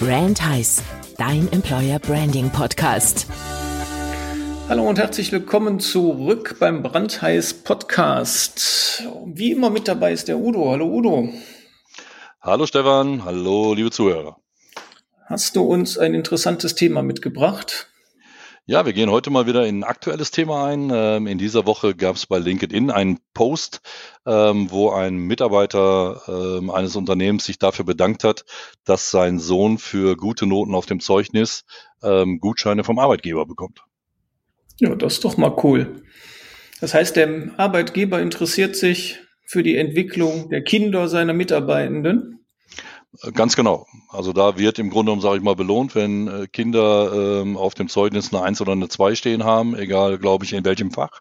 Brand Heiß, dein Employer Branding Podcast. Hallo und herzlich willkommen zurück beim Brandheiß Podcast. Wie immer mit dabei ist der Udo. Hallo Udo. Hallo Stefan, hallo liebe Zuhörer. Hast du uns ein interessantes Thema mitgebracht? Ja, wir gehen heute mal wieder in ein aktuelles Thema ein. In dieser Woche gab es bei LinkedIn einen Post, wo ein Mitarbeiter eines Unternehmens sich dafür bedankt hat, dass sein Sohn für gute Noten auf dem Zeugnis Gutscheine vom Arbeitgeber bekommt. Ja, das ist doch mal cool. Das heißt, der Arbeitgeber interessiert sich für die Entwicklung der Kinder seiner Mitarbeitenden? Ganz genau. Also da wird im Grunde genommen, sage ich mal, belohnt, wenn Kinder auf dem Zeugnis eine 1 oder eine 2 stehen haben, egal, glaube ich, in welchem Fach.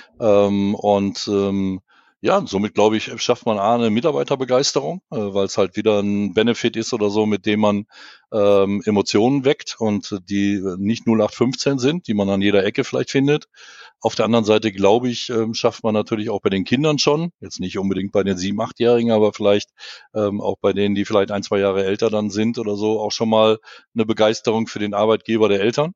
Ja, somit, glaube ich, schafft man eine Mitarbeiterbegeisterung, weil es halt wieder ein Benefit ist oder so, mit dem man Emotionen weckt und die nicht 0815 sind, die man an jeder Ecke vielleicht findet. Auf der anderen Seite, glaube ich, schafft man natürlich auch bei den Kindern schon, jetzt nicht unbedingt bei den 7-, 8-Jährigen, aber vielleicht auch bei denen, die vielleicht 1, 2 Jahre älter dann sind oder so, auch schon mal eine Begeisterung für den Arbeitgeber der Eltern.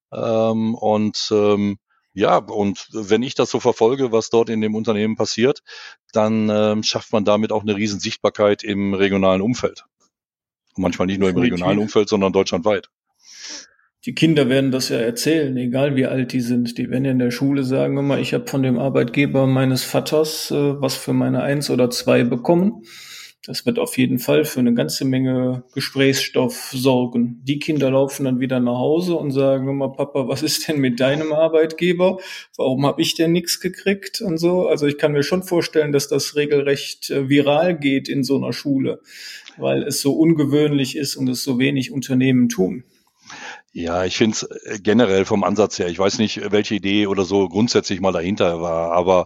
Ja, und wenn ich das so verfolge, was dort in dem Unternehmen passiert, dann schafft man damit auch eine riesen Sichtbarkeit im regionalen Umfeld. Und manchmal nicht nur im regionalen Umfeld, sondern deutschlandweit. Die Kinder werden das ja erzählen, egal wie alt die sind. Die werden ja in der Schule sagen immer, ich habe von dem Arbeitgeber meines Vaters was für meine 1 oder 2 bekommen. Das wird auf jeden Fall für eine ganze Menge Gesprächsstoff sorgen. Die Kinder laufen dann wieder nach Hause und sagen immer, Papa, was ist denn mit deinem Arbeitgeber? Warum habe ich denn nichts gekriegt und so? Also ich kann mir schon vorstellen, dass das regelrecht viral geht in so einer Schule, weil es so ungewöhnlich ist und es so wenig Unternehmen tun. Ja, ich finde es generell vom Ansatz her, ich weiß nicht, welche Idee oder so grundsätzlich mal dahinter war, aber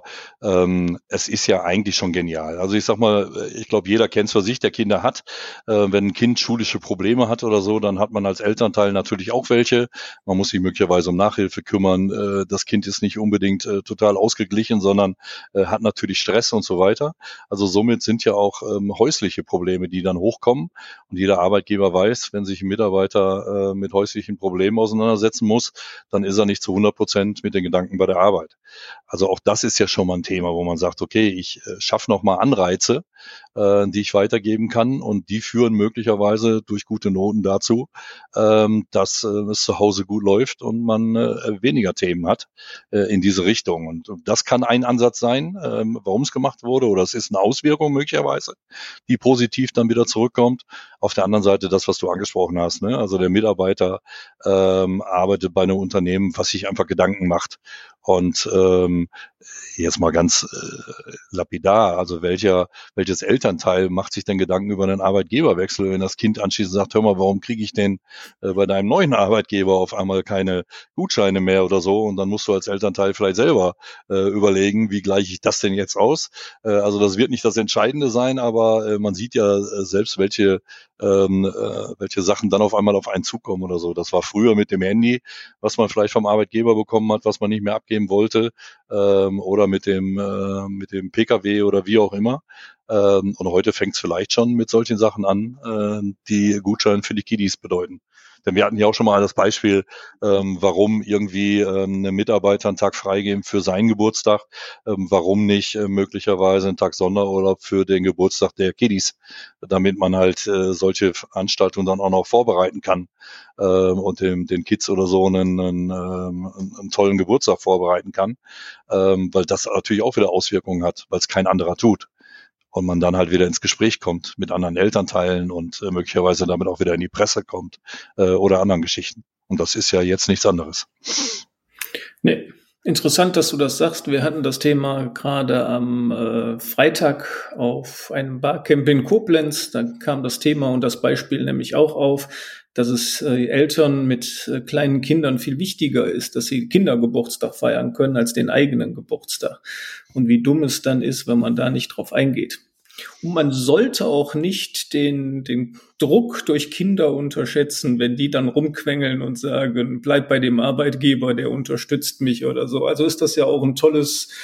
es ist ja eigentlich schon genial. Also ich sag mal, ich glaube, jeder kennt es für sich, der Kinder hat. Wenn ein Kind schulische Probleme hat oder so, dann hat man als Elternteil natürlich auch welche. Man muss sich möglicherweise um Nachhilfe kümmern. Das Kind ist nicht unbedingt total ausgeglichen, sondern hat natürlich Stress und so weiter. Also somit sind ja auch häusliche Probleme, die dann hochkommen. Und jeder Arbeitgeber weiß, wenn sich ein Mitarbeiter mit häuslichen Problemen auseinandersetzen muss, dann ist er nicht zu 100% mit den Gedanken bei der Arbeit. Also auch das ist ja schon mal ein Thema, wo man sagt, okay, ich schaffe nochmal Anreize, die ich weitergeben kann und die führen möglicherweise durch gute Noten dazu, dass es zu Hause gut läuft und man weniger Themen hat in diese Richtung. Und das kann ein Ansatz sein, warum es gemacht wurde, oder es ist eine Auswirkung möglicherweise, die positiv dann wieder zurückkommt. Auf der anderen Seite das, was du angesprochen hast, ne? Also der Mitarbeiter arbeitet bei einem Unternehmen, was sich einfach Gedanken macht. Und jetzt mal ganz lapidar, also welches Elternteil macht sich denn Gedanken über einen Arbeitgeberwechsel, wenn das Kind anschließend sagt, hör mal, warum kriege ich denn bei deinem neuen Arbeitgeber auf einmal keine Gutscheine mehr oder so? Und dann musst du als Elternteil vielleicht selber überlegen, wie gleiche ich das denn jetzt aus? Also das wird nicht das Entscheidende sein, aber man sieht ja selbst, welche Sachen dann auf einmal auf einen zukommen oder so. Das war früher mit dem Handy, was man vielleicht vom Arbeitgeber bekommen hat, was man nicht mehr abgeben wollte, oder mit dem PKW oder wie auch immer. Und heute fängt es vielleicht schon mit solchen Sachen an, die Gutscheine für die Kiddies bedeuten. Denn wir hatten ja auch schon mal das Beispiel, warum irgendwie eine Mitarbeiter einen Tag freigeben für seinen Geburtstag, warum nicht möglicherweise einen Tag Sonderurlaub für den Geburtstag der Kiddies, damit man halt solche Veranstaltungen dann auch noch vorbereiten kann und den Kids oder so einen tollen Geburtstag vorbereiten kann, weil das natürlich auch wieder Auswirkungen hat, weil es kein anderer tut. Und man dann halt wieder ins Gespräch kommt mit anderen Elternteilen und möglicherweise damit auch wieder in die Presse kommt oder anderen Geschichten. Und das ist ja jetzt nichts anderes. Nee. Interessant, dass du das sagst. Wir hatten das Thema gerade am Freitag auf einem Barcamp in Koblenz. Da kam das Thema und das Beispiel nämlich auch auf, dass es Eltern mit kleinen Kindern viel wichtiger ist, dass sie Kindergeburtstag feiern können als den eigenen Geburtstag. Und wie dumm es dann ist, wenn man da nicht drauf eingeht. Und man sollte auch nicht den Druck durch Kinder unterschätzen, wenn die dann rumquengeln und sagen, bleib bei dem Arbeitgeber, der unterstützt mich oder so. Also ist das ja auch ein tolles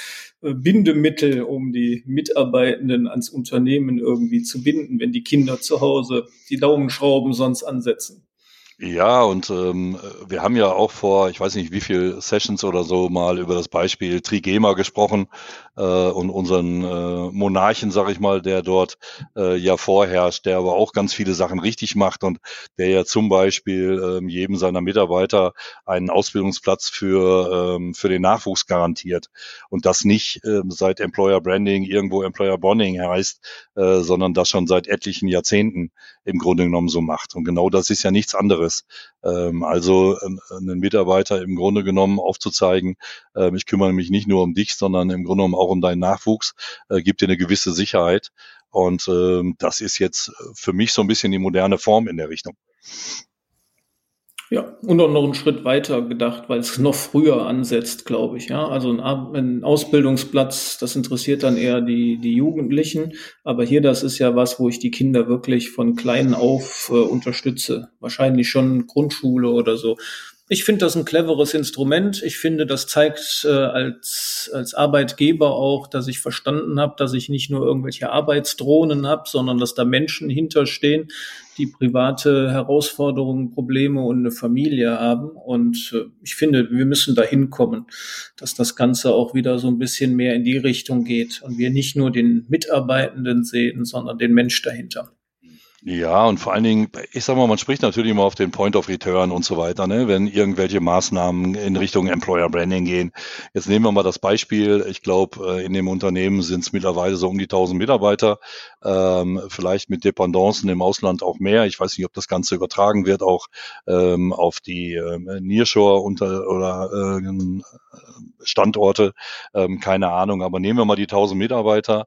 Bindemittel, um die Mitarbeitenden ans Unternehmen irgendwie zu binden, wenn die Kinder zu Hause die Daumenschrauben sonst ansetzen. Ja, und wir haben ja auch vor, ich weiß nicht wie viel Sessions oder so, mal über das Beispiel Trigema gesprochen und unseren Monarchen, sag ich mal, der dort ja vorherrscht, der aber auch ganz viele Sachen richtig macht und der ja zum Beispiel jedem seiner Mitarbeiter einen Ausbildungsplatz für den Nachwuchs garantiert und das nicht seit Employer Branding irgendwo Employer Bonding heißt, sondern das schon seit etlichen Jahrzehnten im Grunde genommen so macht. Und genau das ist ja nichts anderes. Also einen Mitarbeiter im Grunde genommen aufzuzeigen, ich kümmere mich nicht nur um dich, sondern im Grunde genommen auch um deinen Nachwuchs, gibt dir eine gewisse Sicherheit. Und das ist jetzt für mich so ein bisschen die moderne Form in der Richtung. Ja, und auch noch einen Schritt weiter gedacht, weil es noch früher ansetzt, glaube ich. Ja, also ein Ausbildungsplatz, das interessiert dann eher die Jugendlichen. Aber hier, das ist ja was, wo ich die Kinder wirklich von klein auf unterstütze. Wahrscheinlich schon Grundschule oder so. Ich finde das ein cleveres Instrument. Ich finde, das zeigt als Arbeitgeber auch, dass ich verstanden habe, dass ich nicht nur irgendwelche Arbeitsdrohnen habe, sondern dass da Menschen hinterstehen, die private Herausforderungen, Probleme und eine Familie haben. Und ich finde, wir müssen dahin kommen, dass das Ganze auch wieder so ein bisschen mehr in die Richtung geht und wir nicht nur den Mitarbeitenden sehen, sondern den Mensch dahinter. Ja, und vor allen Dingen, ich sag mal, man spricht natürlich immer auf den Point of Return und so weiter, ne, wenn irgendwelche Maßnahmen in Richtung Employer Branding gehen. Jetzt nehmen wir mal das Beispiel. Ich glaube, in dem Unternehmen sind es mittlerweile so um die 1000 Mitarbeiter, vielleicht mit Dependancen im Ausland auch mehr. Ich weiß nicht, ob das Ganze übertragen wird auch auf die Nearshore oder Standorte, keine Ahnung. Aber nehmen wir mal die 1000 Mitarbeiter.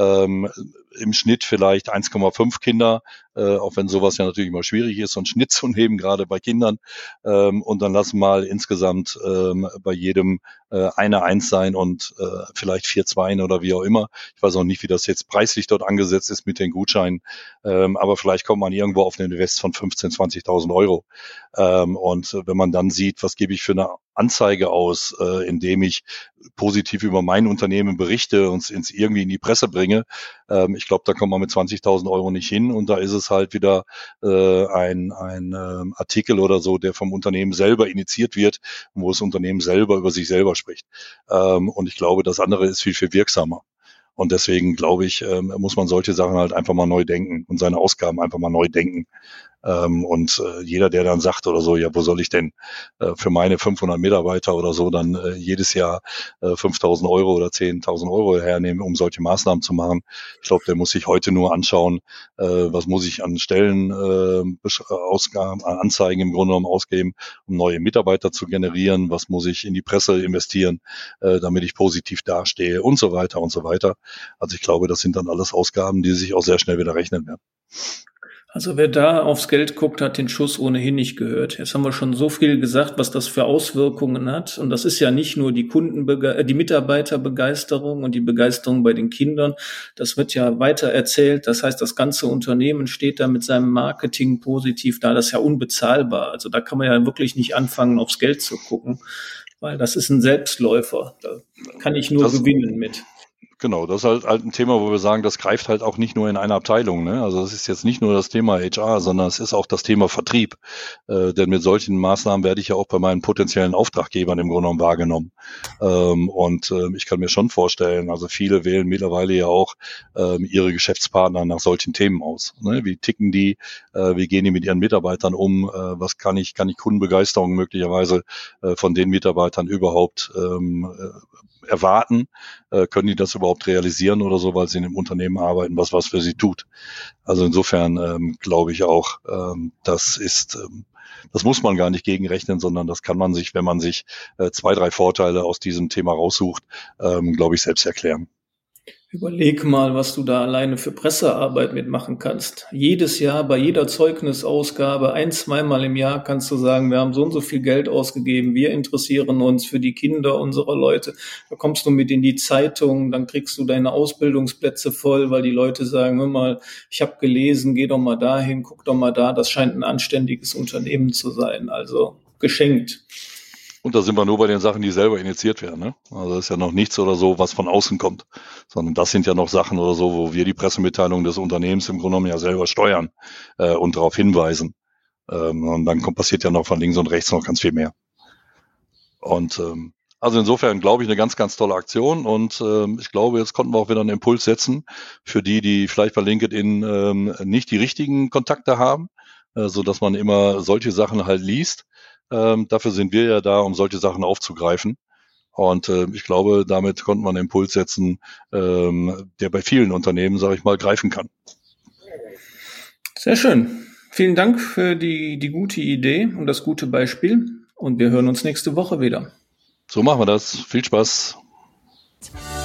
Im Schnitt vielleicht 1,5 Kinder, auch wenn sowas ja natürlich immer schwierig ist, so einen Schnitt zu nehmen, gerade bei Kindern. Und dann lassen mal insgesamt bei jedem eine Eins sein und vielleicht 4 Zweien oder wie auch immer. Ich weiß auch nicht, wie das jetzt preislich dort angesetzt ist mit den Gutscheinen, aber vielleicht kommt man irgendwo auf einen Invest von 15.000, 20.000 Euro. Und wenn man dann sieht, was gebe ich für eine Anzeige aus, indem ich positiv über mein Unternehmen berichte und es irgendwie in die Presse bringe, ich glaube, da kommt man mit 20.000 Euro nicht hin und da ist es halt wieder ein Artikel oder so, der vom Unternehmen selber initiiert wird, wo das Unternehmen selber über sich selber spricht. Und ich glaube, das andere ist viel, viel wirksamer. Und deswegen glaube ich, muss man solche Sachen halt einfach mal neu denken und seine Ausgaben einfach mal neu denken. Und jeder, der dann sagt oder so, ja, wo soll ich denn für meine 500 Mitarbeiter oder so dann jedes Jahr 5.000 Euro oder 10.000 Euro hernehmen, um solche Maßnahmen zu machen. Ich glaube, der muss sich heute nur anschauen, was muss ich an Stellen, Ausgaben, an Anzeigen im Grunde genommen ausgeben, um neue Mitarbeiter zu generieren, was muss ich in die Presse investieren, damit ich positiv dastehe und so weiter und so weiter. Also ich glaube, das sind dann alles Ausgaben, die sich auch sehr schnell wieder rechnen werden. Also wer da aufs Geld guckt, hat den Schuss ohnehin nicht gehört. Jetzt haben wir schon so viel gesagt, was das für Auswirkungen hat. Und das ist ja nicht nur die die Mitarbeiterbegeisterung und die Begeisterung bei den Kindern. Das wird ja weiter erzählt. Das heißt, das ganze Unternehmen steht da mit seinem Marketing positiv da. Das ist ja unbezahlbar. Also da kann man ja wirklich nicht anfangen, aufs Geld zu gucken, weil das ist ein Selbstläufer. Da kann ich nur gewinnen mit. Genau, das ist halt ein Thema, wo wir sagen, das greift halt auch nicht nur in einer Abteilung. Ne? Also das ist jetzt nicht nur das Thema HR, sondern es ist auch das Thema Vertrieb. Denn mit solchen Maßnahmen werde ich ja auch bei meinen potenziellen Auftraggebern im Grunde genommen wahrgenommen. Ich kann mir schon vorstellen, also viele wählen mittlerweile ja auch ihre Geschäftspartner nach solchen Themen aus. Ne? Wie ticken die? Wie gehen die mit ihren Mitarbeitern um? Was kann ich Kundenbegeisterung möglicherweise von den Mitarbeitern überhaupt erwarten? Können die das überhaupt realisieren oder so, weil sie in einem Unternehmen arbeiten, was für sie tut? Also insofern glaube ich auch, das muss man gar nicht gegenrechnen, sondern das kann man sich, wenn man sich 2, 3 Vorteile aus diesem Thema raussucht, glaube ich, selbst erklären. Überleg mal, was du da alleine für Pressearbeit mitmachen kannst. Jedes Jahr, bei jeder Zeugnisausgabe, 1-, 2-mal im Jahr kannst du sagen, wir haben so und so viel Geld ausgegeben, wir interessieren uns für die Kinder unserer Leute. Da kommst du mit in die Zeitung, dann kriegst du deine Ausbildungsplätze voll, weil die Leute sagen, hör mal, ich habe gelesen, geh doch mal dahin, guck doch mal da, das scheint ein anständiges Unternehmen zu sein, also geschenkt. Und da sind wir nur bei den Sachen, die selber initiiert werden. Ne? Also das ist ja noch nichts oder so, was von außen kommt, sondern das sind ja noch Sachen oder so, wo wir die Pressemitteilung des Unternehmens im Grunde genommen ja selber steuern und darauf hinweisen. Und dann passiert ja noch von links und rechts noch ganz viel mehr. Und also insofern glaube ich eine ganz, ganz tolle Aktion und ich glaube, jetzt konnten wir auch wieder einen Impuls setzen für die vielleicht bei LinkedIn nicht die richtigen Kontakte haben, so dass man immer solche Sachen halt liest. Dafür sind wir ja da, um solche Sachen aufzugreifen. Und ich glaube, damit konnten wir einen Impuls setzen, der bei vielen Unternehmen, sage ich mal, greifen kann. Sehr schön. Vielen Dank für die gute Idee und das gute Beispiel. Und wir hören uns nächste Woche wieder. So machen wir das. Viel Spaß.